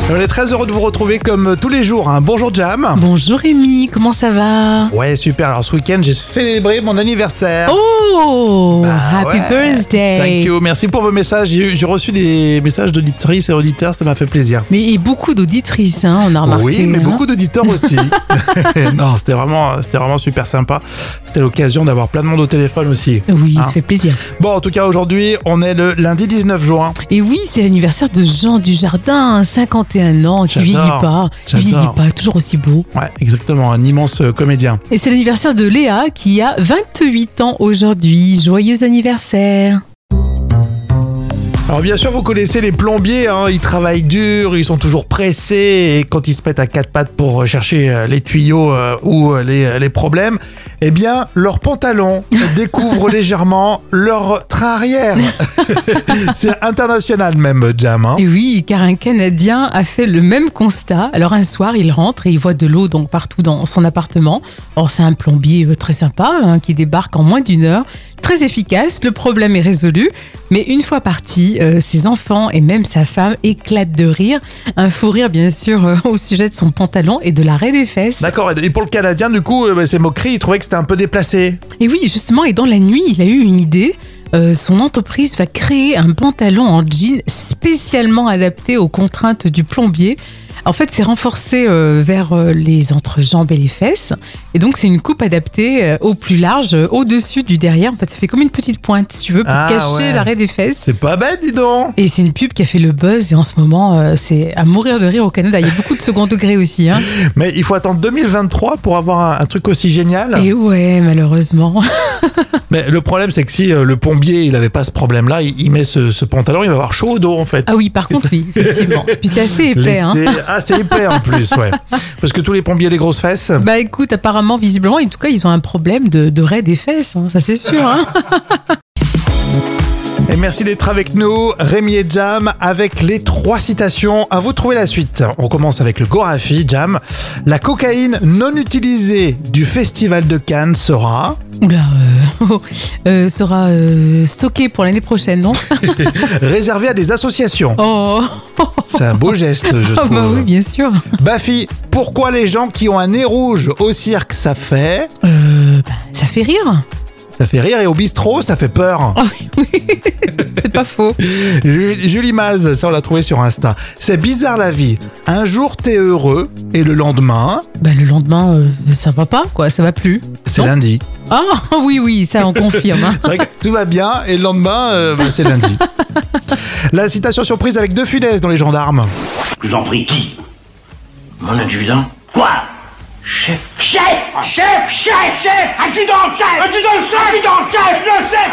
On est très heureux de vous retrouver comme tous les jours. Bonjour Jam. Bonjour Rémi, comment ça va? Ouais, super. Alors ce week-end, j'ai célébré mon anniversaire. Oh, happy birthday. Thank you. Merci pour vos messages. J'ai reçu des messages d'auditrices et auditeurs, ça m'a fait plaisir. Mais et beaucoup d'auditrices, on a remarqué. Oui, mais beaucoup d'auditeurs aussi. Non, c'était vraiment super sympa. C'était l'occasion d'avoir plein de monde au téléphone aussi. Oui, ça fait plaisir. Bon, en tout cas, aujourd'hui, on est le lundi 19 juin. Et oui, c'est l'anniversaire de Jean Dujardin, 51 ans, qui vieillit pas. Toujours aussi beau. Ouais, exactement, un immense comédien. Et c'est l'anniversaire de Léa, qui a 28 ans aujourd'hui. Joyeux anniversaire. Alors bien sûr, vous connaissez les plombiers, ils travaillent dur, ils sont toujours pressés et quand ils se mettent à quatre pattes pour chercher les tuyaux ou les problèmes, eh bien, leurs pantalons découvrent légèrement leur train arrière. C'est international même, Jam. Et oui, car un Canadien a fait le même constat. Alors un soir, il rentre et il voit de l'eau donc partout dans son appartement. Or, c'est un plombier très sympa qui débarque en moins d'une heure. Très efficace, le problème est résolu. Mais une fois parti, ses enfants et même sa femme éclatent de rire. Un fou rire, bien sûr, au sujet de son pantalon et de l'arrêt des fesses. D'accord, et pour le Canadien, du coup, ces moqueries, il trouvait que c'était un peu déplacé. Et oui, justement, et dans la nuit, il a eu une idée. Son entreprise va créer un pantalon en jean spécialement adapté aux contraintes du plombier. En fait, c'est renforcé vers les entrejambes et les fesses. Et donc, c'est une coupe adaptée au plus large, au-dessus du derrière. En fait, ça fait comme une petite pointe, si tu veux, pour cacher l'arrêt des fesses. C'est pas bête, dis donc. Et c'est une pub qui a fait le buzz. Et en ce moment, c'est à mourir de rire au Canada. Il y a beaucoup de second degré aussi. Mais il faut attendre 2023 pour avoir un truc aussi génial. Et ouais, malheureusement. Mais le problème, c'est que si le plombier, il avait pas ce problème-là, il met ce pantalon, il va avoir chaud au dos, en fait. Ah oui, par contre, oui, effectivement. Puis c'est assez épais. Ah, c'est épais en plus, ouais. Parce que tous les plombiers ont des grosses fesses. Bah écoute, apparemment, visiblement, en tout cas, ils ont un problème de raie des fesses, ça c'est sûr. Et merci d'être avec nous, Rémi et Jam, avec les 3 citations. À vous de trouver la suite. On commence avec le Gorafi, Jam. La cocaïne non utilisée du Festival de Cannes sera... sera stockée pour l'année prochaine, non? Réservée à des associations. Oh. C'est un beau geste, je trouve. Bah oui, bien sûr. Bafi, pourquoi les gens qui ont un nez rouge au cirque, ça fait... ça fait rire. Ça fait rire et au bistrot, ça fait peur. Oh, oui, c'est pas faux. Julie Maz, ça on l'a trouvé sur Insta. C'est bizarre la vie. Un jour t'es heureux et le lendemain... Le lendemain, ça va pas, quoi, ça va plus. C'est lundi. Ah oui, ça on confirme. C'est vrai que tout va bien et le lendemain, c'est lundi. La citation surprise avec De Funès dans Les Gendarmes. Je vous en prie, qui? Mon adjudant? Quoi? Chef, adjudant, chef,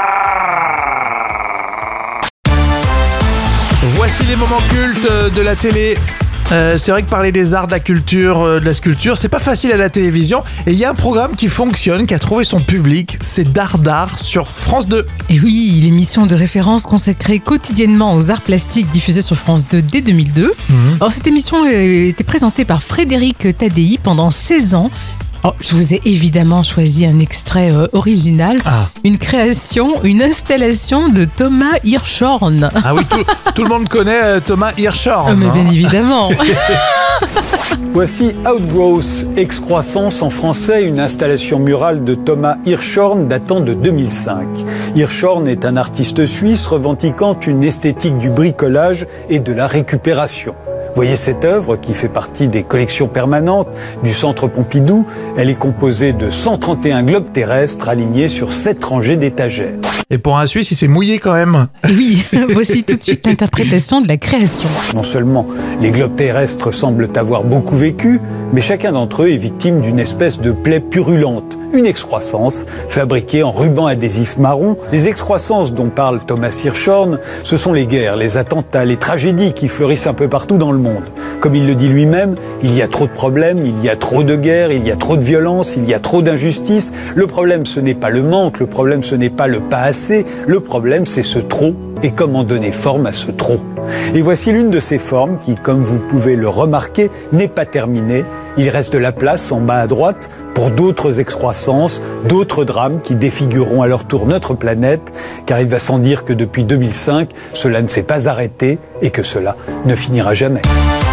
Voici les moments cultes de la télé. C'est vrai que parler des arts, de la culture, de la sculpture, c'est pas facile à la télévision. Et il y a un programme qui fonctionne, qui a trouvé son public, c'est Dardar sur France 2. Et oui, l'émission de référence consacrée quotidiennement aux arts plastiques diffusée sur France 2 dès 2002. Alors cette émission était présentée par Frédéric Tadei pendant 16 ans. Oh, je vous ai évidemment choisi un extrait original, une installation de Thomas Hirschhorn. Ah oui, tout le monde connaît Thomas Hirschhorn. Mais bien évidemment. Voici Outgrowth, excroissance en français, une installation murale de Thomas Hirschhorn datant de 2005. Hirschhorn est un artiste suisse revendiquant une esthétique du bricolage et de la récupération. Voyez cette œuvre qui fait partie des collections permanentes du Centre Pompidou. Elle est composée de 131 globes terrestres alignés sur 7 rangées d'étagères. Et pour un Suisse, il s'est mouillé quand même. Et oui, voici tout de suite l'interprétation de la création. Non seulement les globes terrestres semblent avoir beaucoup vécu, mais chacun d'entre eux est victime d'une espèce de plaie purulente. Une excroissance fabriquée en ruban adhésif marron. Les excroissances dont parle Thomas Hirschhorn, ce sont les guerres, les attentats, les tragédies qui fleurissent un peu partout dans le monde. Comme il le dit lui-même, il y a trop de problèmes, il y a trop de guerres, il y a trop de violence, il y a trop d'injustice. Le problème, ce n'est pas le manque, le problème, ce n'est pas le pas assez, le problème, c'est ce trop et comment donner forme à ce trop. Et voici l'une de ces formes qui, comme vous pouvez le remarquer, n'est pas terminée. Il reste de la place en bas à droite pour d'autres excroissances, d'autres drames qui défigureront à leur tour notre planète, car il va sans dire que depuis 2005, cela ne s'est pas arrêté et que cela ne finira jamais.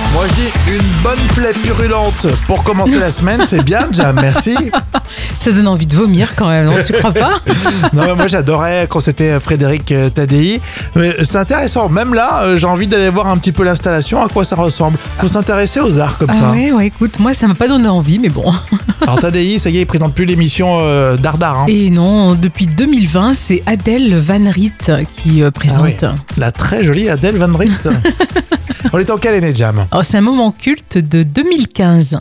Moi je dis une bonne plaie purulente pour commencer la semaine, c'est bien Jam, merci. Ça donne envie de vomir quand même, non, tu crois pas? Non mais moi j'adorais quand c'était Frédéric Tadei. Mais c'est intéressant, même là j'ai envie d'aller voir un petit peu l'installation, à quoi ça ressemble. Faut s'intéresser aux arts comme ça. Ouais, écoute, moi ça m'a pas donné envie, mais bon. Alors Tadei, ça y est, il présente plus l'émission d'Ardard. Hein. Et non, depuis 2020, c'est Adèle Van Riet qui présente. Ah oui, la très jolie Adèle Van Riet. On est en quelle année, Jam? Oh, c'est un moment culte de 2015.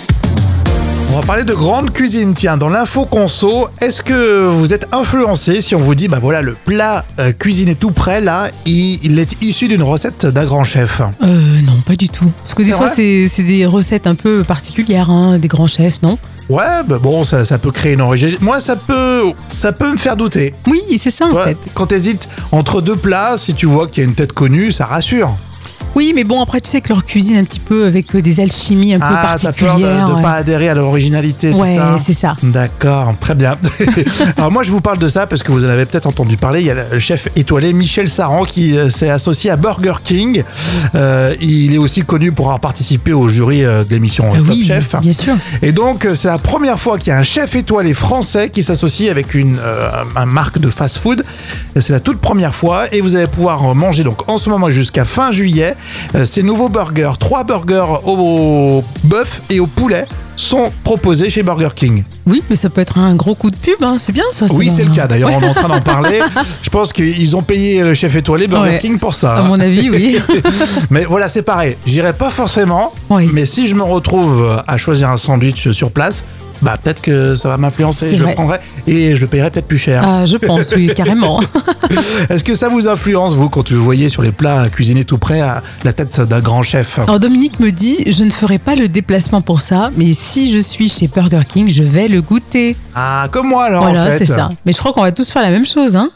On va parler de grande cuisine, tiens, dans l'info conso. Est-ce que vous êtes influencé si on vous dit, bah voilà, le plat cuisiné tout prêt, là, il est issu d'une recette d'un grand chef? Non, pas du tout. Parce que des C'est fois, vrai c'est des recettes un peu particulières, hein, des grands chefs, non? Ouais, bah bon, ça peut créer une origine. Moi, ça peut me faire douter. Oui, c'est ça en Ouais, fait. quand t'hésites entre deux plats, si tu vois qu'il y a une tête connue, ça rassure. Oui, mais bon, après, tu sais que leur cuisine un petit peu avec des alchimies un peu Ah, t'as peur particulières. de ouais. pas adhérer à l'originalité, Ouais, c'est ça? c'est ça. D'accord, très bien. Alors moi je vous parle de ça parce que vous en avez peut-être entendu parler. Il y a le chef étoilé Michel Saran qui s'est associé à Burger King. Il est aussi connu pour avoir participé au jury de l'émission Top Oui, Chef. bien sûr. Et donc c'est la première fois qu'il y a un chef étoilé français qui s'associe avec une marque de fast-food. C'est la toute première fois et vous allez pouvoir manger donc en ce moment jusqu'à fin juillet ces nouveaux burgers. 3 burgers au bœuf et au poulet sont proposés chez Burger King. Oui, mais ça peut être un gros coup de pub, hein. C'est bien ça. Oui, va. c'est le cas. D'ailleurs, on est en train d'en parler. Je pense qu'ils ont payé le chef étoilé Burger Ouais. King pour ça. À mon avis, oui. Mais voilà, c'est pareil. J'irai pas forcément. Oui. Mais si je me retrouve à choisir un sandwich sur place, bah peut-être que ça va m'influencer. C'est Je le vrai. prendrai et je le payerai peut-être plus cher. Ah, je pense, oui, carrément. Est-ce que ça vous influence, vous, quand vous voyez sur les plats cuisinés tout prêts à la tête d'un grand chef? Alors Dominique me dit, je ne ferai pas le déplacement pour ça, mais si je suis chez Burger King, je vais le goûter. Ah, comme moi alors Voilà, en fait. c'est ça. Mais je crois qu'on va tous faire la même chose, hein.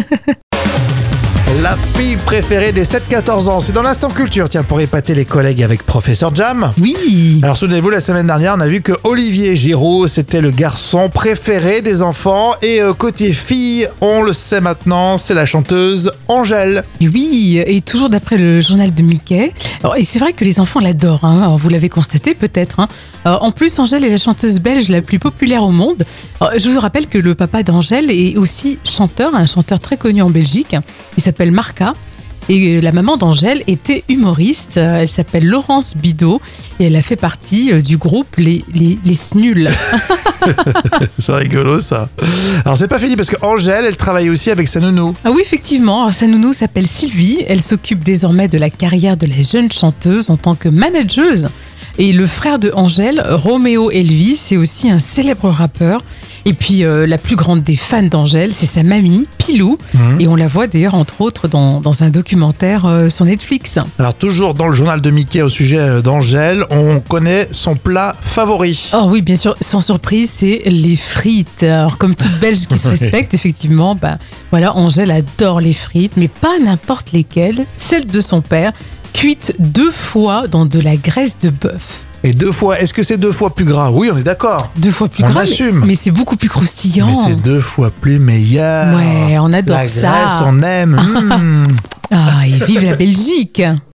La fille préférée des 7-14 ans. C'est dans l'instant culture, tiens, pour épater les collègues avec Professeur Jam. Oui. Alors souvenez-vous, la semaine dernière, on a vu que Olivier Giraud, c'était le garçon préféré des enfants. Et côté fille, on le sait maintenant, c'est la chanteuse Angèle. Et oui, et toujours d'après le journal de Mickey. Alors, et c'est vrai que les enfants l'adorent, hein. Alors, vous l'avez constaté peut-être. Hein. En plus, Angèle est la chanteuse belge la plus populaire au monde. Alors, je vous rappelle que le papa d'Angèle est aussi chanteur, un chanteur très connu en Belgique. Il s'appelle Marca. Et la maman d'Angèle était humoriste. Elle s'appelle Laurence Bidot. Et elle a fait partie du groupe Les Snuls. C'est rigolo ça. Alors c'est pas fini parce que Angèle, elle travaille aussi avec sa nounou. Ah oui, effectivement. Alors, sa nounou s'appelle Sylvie. Elle s'occupe désormais de la carrière de la jeune chanteuse en tant que manageuse. Et le frère de Angèle, Roméo Elvis, c'est aussi un célèbre rappeur. Et puis la plus grande des fans d'Angèle, c'est sa mamie, Pilou. Et on la voit d'ailleurs entre autres dans un documentaire sur Netflix. Alors toujours dans le journal de Mickey au sujet d'Angèle, on connaît son plat favori. Oh oui, bien sûr, sans surprise, c'est les frites. Alors comme toute Belge qui se respecte, effectivement, bah voilà, Angèle adore les frites, mais pas n'importe lesquelles, celles de son père, cuites 2 fois dans de la graisse de bœuf. Et 2 fois, est-ce que c'est 2 fois plus gras? Oui, on est d'accord. 2 fois plus On gras, assume. mais c'est beaucoup plus croustillant. Mais c'est 2 fois plus meilleur. Ouais, on adore la ça. Graisse, on aime. Ah, et vive la Belgique!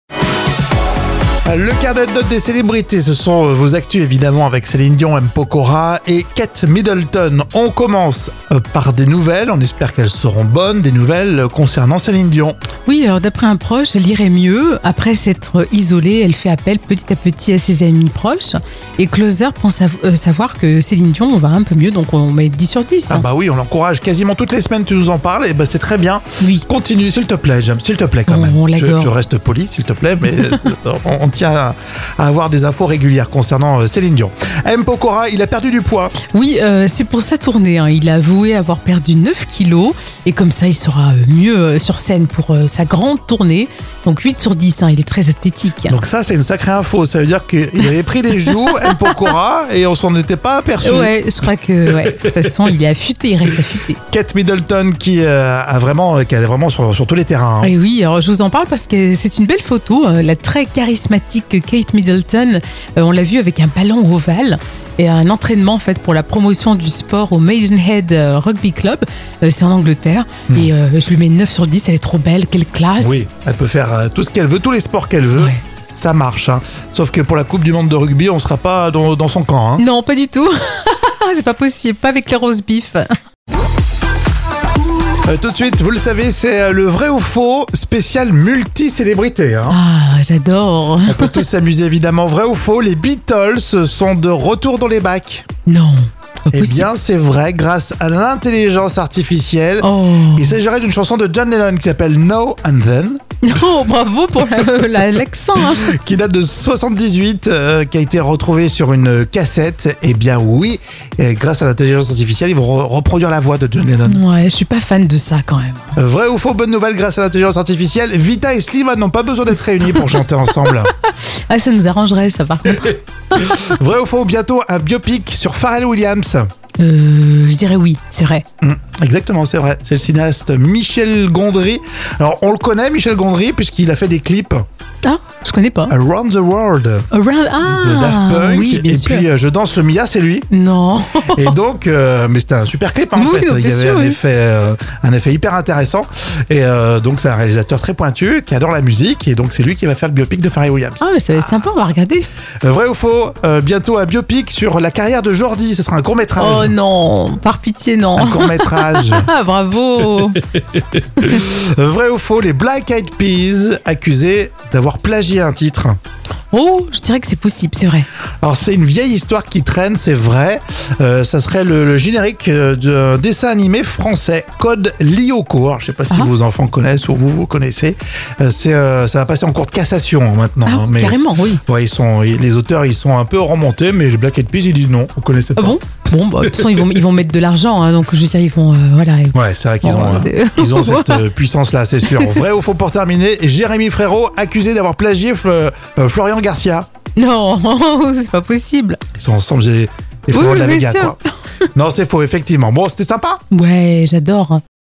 Le carnet de notes des célébrités, ce sont vos actus évidemment avec Céline Dion, M. Pokora et Kate Middleton. On commence par des nouvelles, on espère qu'elles seront bonnes, des nouvelles concernant Céline Dion. Oui, alors d'après un proche, elle irait mieux. Après s'être isolée, elle fait appel petit à petit à ses amis proches. Et Closer pense savoir que Céline Dion va un peu mieux, donc on met 10 sur 10. Ah bah oui, on l'encourage quasiment toutes les semaines, tu nous en parles, et bah c'est très bien. Oui. Continue s'il te plaît, Jam, s'il te plaît quand On même. l'adore. Je reste poli s'il te plaît, mais on tient à avoir des infos régulières concernant Céline Dion. M. Pokora, il a perdu du poids. Oui, c'est pour sa tournée. Hein. Il a avoué avoir perdu 9 kilos. Et comme ça, il sera mieux sur scène pour sa grande tournée. Donc 8 sur 10, hein. Il est très esthétique. Donc ça, c'est une sacrée info. Ça veut dire qu'il avait pris des joues, M. Pokora, et on s'en était pas aperçu. Ouais, je crois que de toute façon, il est affûté, il reste affûté. Kate Middleton qui est vraiment sur tous les terrains. Hein. Et oui, alors je vous en parle parce que c'est une belle photo. La très charismatique Kate Middleton, on l'a vue avec un ballon ovale. Et un entraînement en fait pour la promotion du sport au Maidenhead Rugby Club, c'est en Angleterre. Et je lui mets 9 sur 10, elle est trop belle, quelle classe. Oui, elle peut faire tout ce qu'elle veut, tous les sports qu'elle veut. Ouais. ça marche. Hein. Sauf que pour la Coupe du Monde de rugby, on sera pas dans son camp. Hein. Non, pas du tout. C'est pas possible, pas avec les roast beef. Tout de suite, vous le savez, c'est le vrai ou faux spécial multi-célébrité. Hein. Ah, j'adore. On peut tous s'amuser évidemment. Vrai ou faux, les Beatles sont de retour dans les bacs. Non, pas Eh possible. bien, c'est vrai, grâce à l'intelligence artificielle. Oh. Il s'agirait d'une chanson de John Lennon qui s'appelle Now and Then, Oh, bravo pour l'accent. Hein. qui date de 78, qui a été retrouvée sur une cassette. Eh bien oui, grâce à l'intelligence artificielle, ils vont reproduire la voix de John Lennon. Ouais, je suis pas fan de ça quand même. Vrai ou faux, bonne nouvelle, grâce à l'intelligence artificielle, Vita et Slimane n'ont pas besoin d'être réunis pour chanter ensemble. Ah, ça nous arrangerait ça par contre. Vrai ou faux, bientôt un biopic sur Pharrell Williams. Je dirais oui, c'est vrai. Exactement, c'est vrai. C'est le cinéaste Michel Gondry. Alors, on le connaît, Michel Gondry, puisqu'il a fait des clips Ah, je connais pas. Around the World Around... Ah, de Daft Punk. oui, bien et sûr. puis, Je danse le Mia, c'est lui. Non. Et donc, mais c'était un super clip en Oui, fait. bien Il y avait sûr, oui. un effet hyper intéressant. Et donc, c'est un réalisateur très pointu qui adore la musique. Et donc, c'est lui qui va faire le biopic de Pharrell Williams. Ah, mais ça va être sympa, on va regarder. Vrai ou faux, bientôt un biopic sur la carrière de Jordi. Ce sera un court-métrage. Oh non, par pitié, non. Un court-métrage. Ah, bravo. Vrai ou faux, les Black Eyed Peas accusés d'avoir plagié un titre. Oh, je dirais que c'est possible, c'est vrai. Alors c'est une vieille histoire qui traîne, c'est vrai. Ça serait le générique d'un dessin animé français, Code Lyoko. Alors, je sais pas si Ah. vos enfants connaissent ou vous connaissez. Ça va passer en cours de cassation maintenant. Ah, hein, mais carrément, oui. ouais, les auteurs ils sont un peu remontés, mais les Black Eyed Peas ils disent non, on connaissait pas. Ah bon. Bon, bah, de toute façon, ils vont mettre de l'argent, hein, donc je veux dire, ils vont. Voilà. Ouais, c'est vrai qu'ils Bon, ont, c'est- ils ont cette puissance-là, c'est sûr. Vrai ou faux pour terminer, Jérémy Frérot accusé d'avoir plagié Florian Garcia. Non, c'est pas possible. Ils sont ensemble, j'ai les frérots de la bien Vega, sûr. quoi. Non, c'est faux, effectivement. Bon, c'était sympa. Ouais, j'adore.